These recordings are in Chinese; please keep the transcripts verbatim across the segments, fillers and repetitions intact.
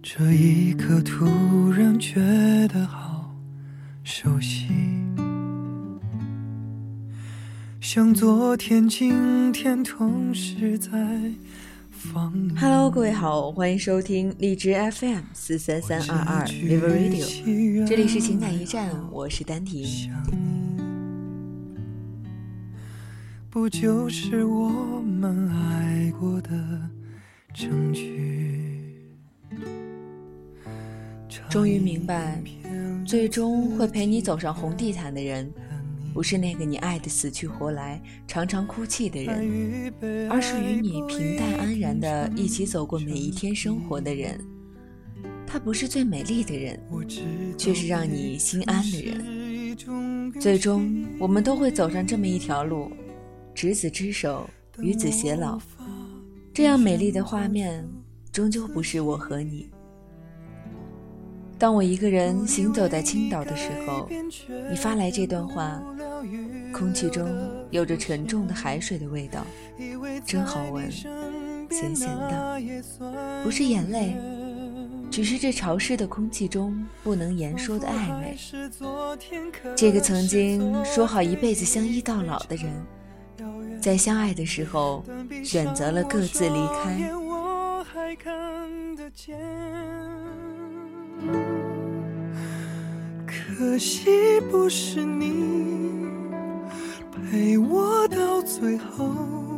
这一刻突然觉得好熟悉，像昨天今天同时在放你。 Hello， 各位好，欢迎收听荔枝 F M 四三三二二 Live Radio， 这里是情感驿站，我是丹婷。 不就是我们爱过的证据？ 终于明白，最终会陪你走上红地毯的人，不是那个你爱的死去活来常常哭泣的人，而是与你平淡安然的一起走过每一天生活的人。他不是最美丽的人，却是让你心安的人。最终我们都会走上这么一条路，执子之手，与子偕老。这样美丽的画面终究不是我和你。当我一个人行走在青岛的时候，你发来这段话，空气中有着沉重的海水的味道，真好闻，咸咸的，不是眼泪，只是这潮湿的空气中不能言说的暧昧。这个曾经说好一辈子相依到老的人，在相爱的时候选择了各自离开。 可惜不是你陪我到最后，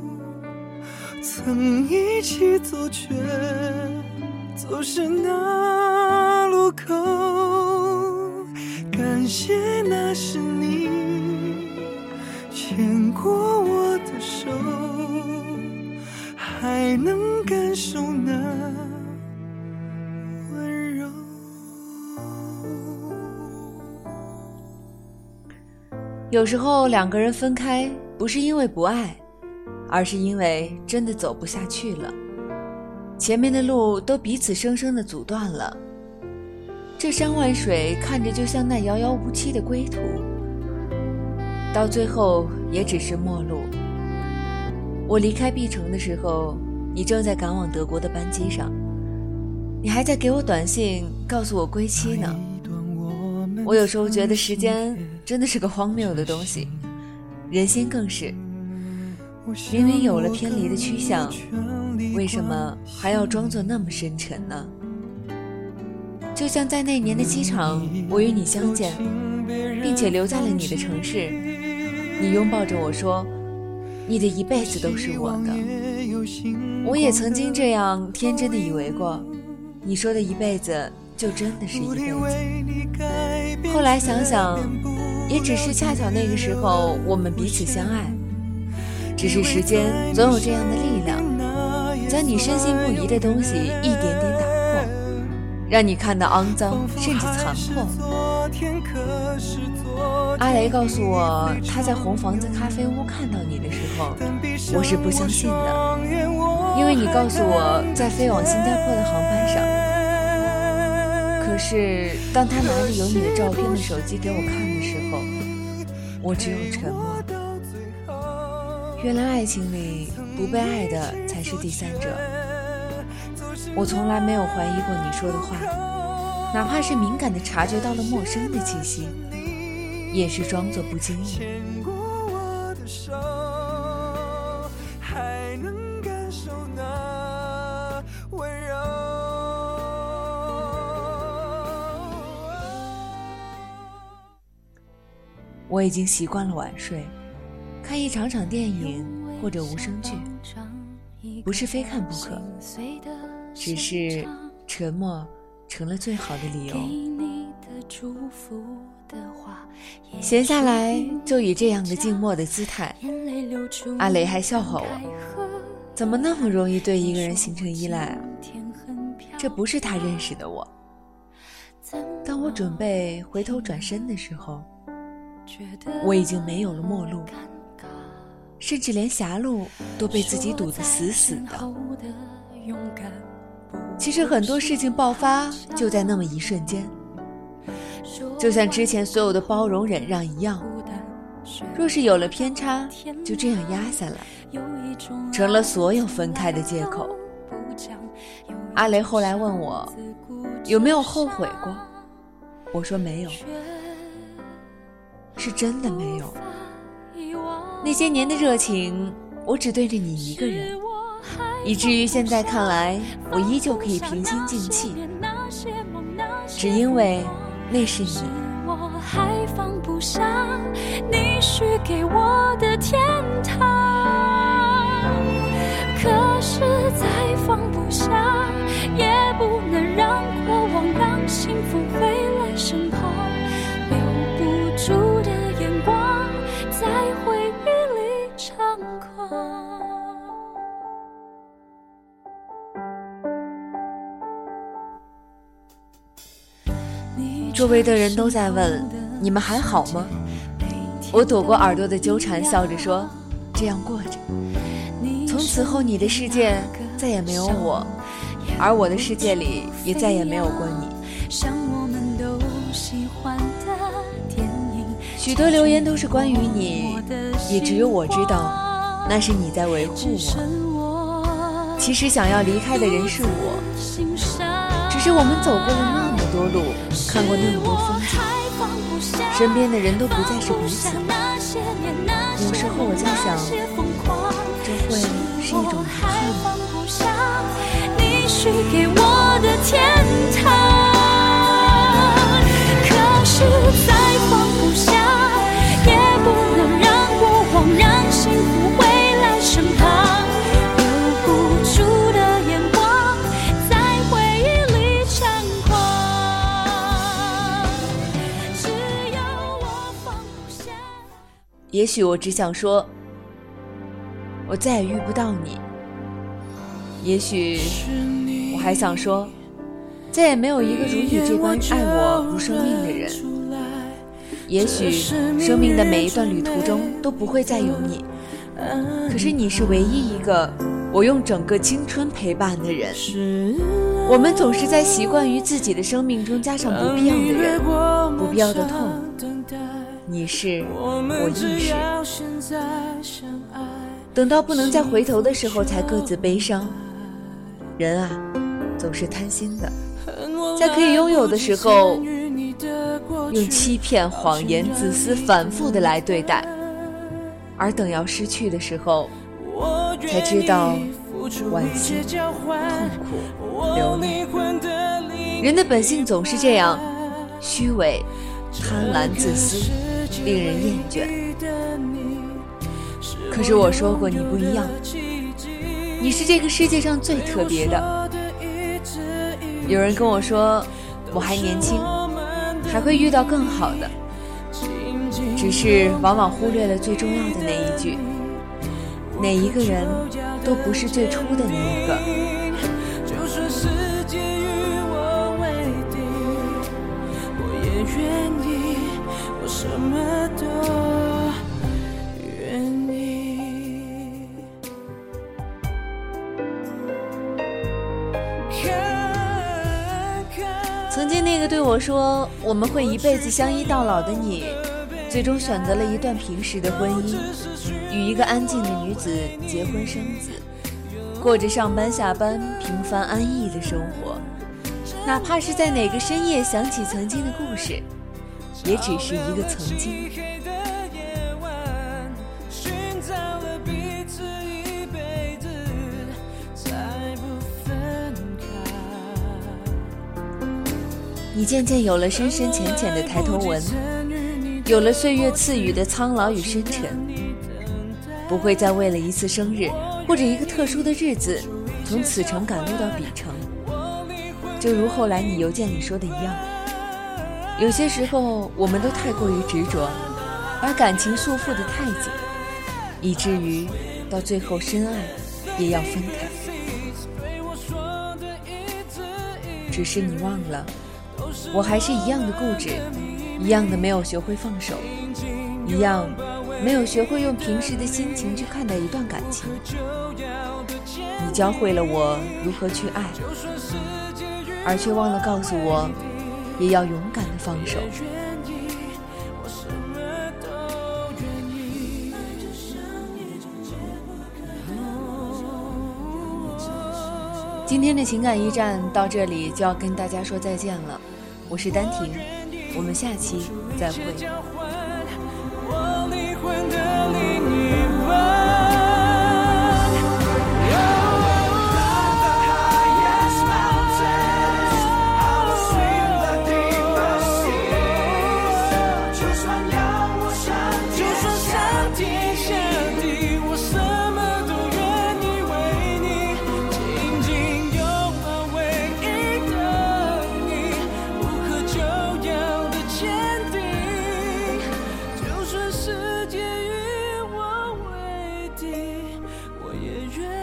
曾一起走却走失那路口。感谢那是你牵过我的手，还能感受那温柔。 有时候两个人分开，不是因为不爱，而是因为真的走不下去了，前面的路都彼此生生地阻断了。这山万水看着就像那遥遥无期的归途，到最后也只是陌路。我离开 B 城的时候，你正在赶往德国的班机上，你还在给我短信告诉我归期呢。我有时候觉得时间真的是个荒谬的东西，人心更是。明明有了偏离的趋向，为什么还要装作那么深沉呢？就像在那年的机场，我与你相见，并且留在了你的城市，你拥抱着我说，你的一辈子都是我的。我也曾经这样天真的以为过，你说的一辈子就真的是一辈子。后来想想，也只是恰巧那个时候我们彼此相爱，只是时间总有这样的力量，将你深信不疑的东西一点点打破，让你看到肮脏甚至残破。阿雷告诉我，他在红房子咖啡屋看到你的时候，我是不相信的，因为你告诉我在飞往新加坡的航班上。可是当他拿着有你的照片的手机给我看的时候，我只有沉默。原来爱情里不被爱的才是第三者。我从来没有怀疑过你说的话，哪怕是敏感地察觉到了陌生的气息，也是装作不经意。我已经习惯了晚睡，看一场场电影或者无声剧，不是非看不可，只是沉默成了最好的理由。闲下来就以这样的静默的姿态，阿雷还笑话我，怎么那么容易对一个人形成依赖啊？这不是他认识的我。当我准备回头转身的时候，我已经没有了末路，甚至连狭路都被自己堵得死死的。其实很多事情爆发就在那么一瞬间，就像之前所有的包容忍让一样，若是有了偏差，就这样压下来，成了所有分开的借口。 阿雷后来问我有没有后悔过，我说没有，是真的没有。那些年的热情，我只对着你一个人，以至于现在看来，我依旧可以平心静气，只因为那是你。 我还放不下你许给我的天堂，可是再放不下，也不能让过往，让幸福回来身旁，留不住的眼光在回忆里猖狂。 周围的人都在问你们还好吗？我躲过耳朵的纠缠，笑着说这样过着，从此后你的世界再也没有我，而我的世界里也再也没有过你。 像我们都喜欢的电影， 许多留言都是关于你，也只有我知道那是你在维护我。其实想要离开的人是我，只是我们走过了那么多路，看过那么多风景，身边的人都不再是彼此。有时候我在想，这会是一种遗憾吗？ 你许给我的天堂，可是再放不下，也不能让过往，让幸福回来身旁，留不住的眼光在回忆里猖狂，只有我放不下。 也许我只想说，我再也遇不到你。也许我还想说，再也没有一个如你这般爱我如生命的人。也许生命的每一段旅途中都不会再有你，可是你是唯一一个我用整个青春陪伴的人。我们总是在习惯于自己的生命中加上不必要的人，不必要的痛。你是，我亦是。等到不能再回头的时候才各自悲伤。人啊，总是贪心的，在可以拥有的时候用欺骗、谎言、自私反复的来对待，而等要失去的时候才知道惋惜、痛苦、流泪。人的本性总是这样，虚伪、贪婪、自私，令人厌倦。可是我说过，你不一样，你是这个世界上最特别的。有人跟我说我还年轻，还会遇到更好的，只是往往忽略了最重要的那一句，哪一个人都不是最初的那一个。 就算世界与我为敌，我也愿意，我什么都愿意。 曾经那个对我说我们会一辈子相依到老的你，最终选择了一段平时的婚姻，与一个安静的女子结婚生子，过着上班下班平凡安逸的生活。哪怕是在哪个深夜想起曾经的故事，也只是一个曾经。你渐渐有了深深浅浅的抬头纹，有了岁月赐予的苍老与深沉，不会再为了一次生日或者一个特殊的日子从此城赶路到彼城。就如后来你邮件里说的一样，有些时候我们都太过于执着，把感情束缚得太紧，以至于到最后深爱也要分开。只是你忘了，我还是一样的固执，一样的没有学会放手，一样没有学会用平时的心情去看待一段感情。你教会了我如何去爱，而却忘了告诉我也要勇敢的放手。 今天的情感驿站到这里就要跟大家说再见了，我是丹婷，我们下期再会。 我灵魂的另一半。世界与我为敌，我也愿